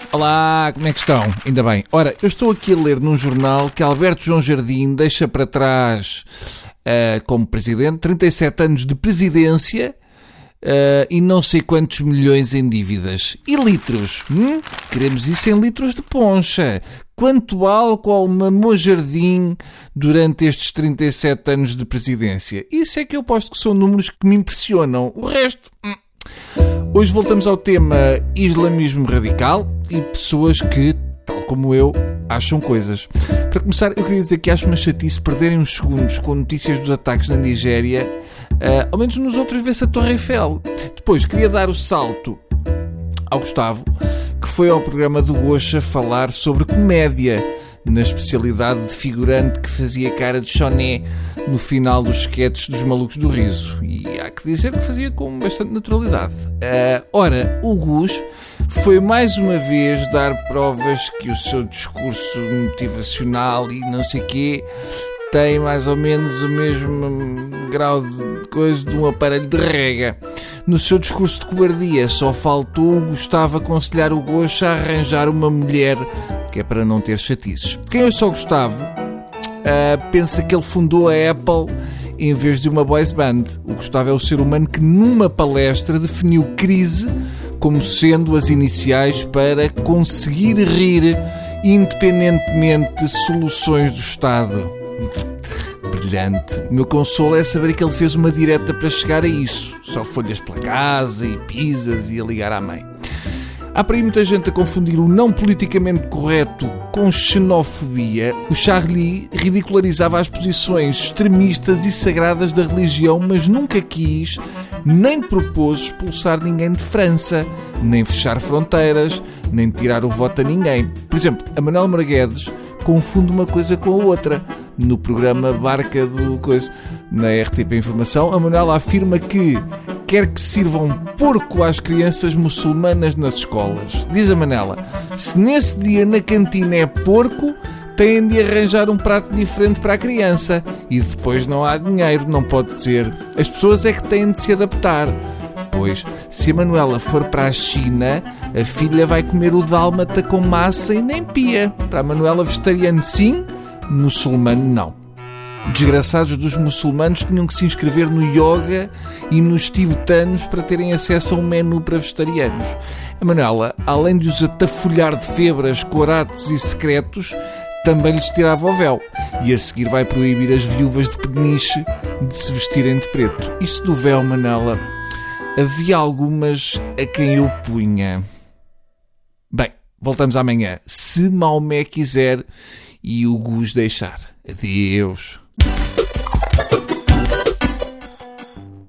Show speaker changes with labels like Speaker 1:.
Speaker 1: Olá, como é que estão? Ainda bem. Ora, eu estou aqui a ler num jornal que Alberto João Jardim deixa para trás, como presidente, 37 anos de presidência e não sei quantos milhões em dívidas. E litros? Queremos isso em litros de poncha. Quanto álcool mamou Jardim durante estes 37 anos de presidência? Isso é que eu posto que são números que me impressionam. O resto... Hoje voltamos ao tema islamismo radical e pessoas que, tal como eu, acham coisas. Para começar, eu queria dizer que acho uma chatice perderem uns segundos com notícias dos ataques na Nigéria. Ao menos nos outros vê-se a Torre Eiffel. Depois, queria dar o salto ao Gustavo, que foi ao programa do Gocha falar sobre comédia, na especialidade de figurante que fazia cara de choné no final dos sketches dos Malucos do Riso. E há que dizer que fazia com bastante naturalidade. Ora, o Gus foi mais uma vez dar provas que o seu discurso motivacional e não sei quê tem mais ou menos o mesmo grau de coisa de um aparelho de rega. No seu discurso de cobardia só faltou o Gustavo aconselhar o Gocha a arranjar uma mulher, que é para não ter chatices. Quem ouça o Gustavo pensa que ele fundou a Apple em vez de uma boys band. O Gustavo é o ser humano que numa palestra definiu crise como sendo as iniciais para conseguir rir independentemente de soluções do Estado. Brilhante. O meu consolo é saber que ele fez uma direta para chegar a isso. Só folhas pela casa e pizzas e a ligar à mãe. Há por aí muita gente a confundir o não politicamente correto com xenofobia. O Charlie ridicularizava as posições extremistas e sagradas da religião, mas nunca quis, nem propôs expulsar ninguém de França, nem fechar fronteiras, nem tirar o voto a ninguém. Por exemplo, a Manuela Moraguedes confunde uma coisa com a outra. No programa Barca do Coisa, na RTP Informação, a Manuela afirma que quer que sirvam porco às crianças muçulmanas nas escolas. Diz a Manuela, se nesse dia na cantina é porco, têm de arranjar um prato diferente para a criança. E depois não há dinheiro, não pode ser. As pessoas é que têm de se adaptar. Pois, se a Manuela for para a China, a filha vai comer o dálmata com massa e nem pia. Para a Manuela, vegetariano sim, muçulmano não. Desgraçados dos muçulmanos tinham que se inscrever no yoga e nos tibetanos para terem acesso a um menu para vegetarianos. A Manuela, além de os atafolhar de febras, coratos e secretos, também lhes tirava o véu. E a seguir vai proibir as viúvas de Peniche de se vestirem de preto. Isso do véu, Manuela, havia algumas a quem eu punha. Bem, voltamos amanhã, se Maomé quiser e o Gus deixar. Adeus.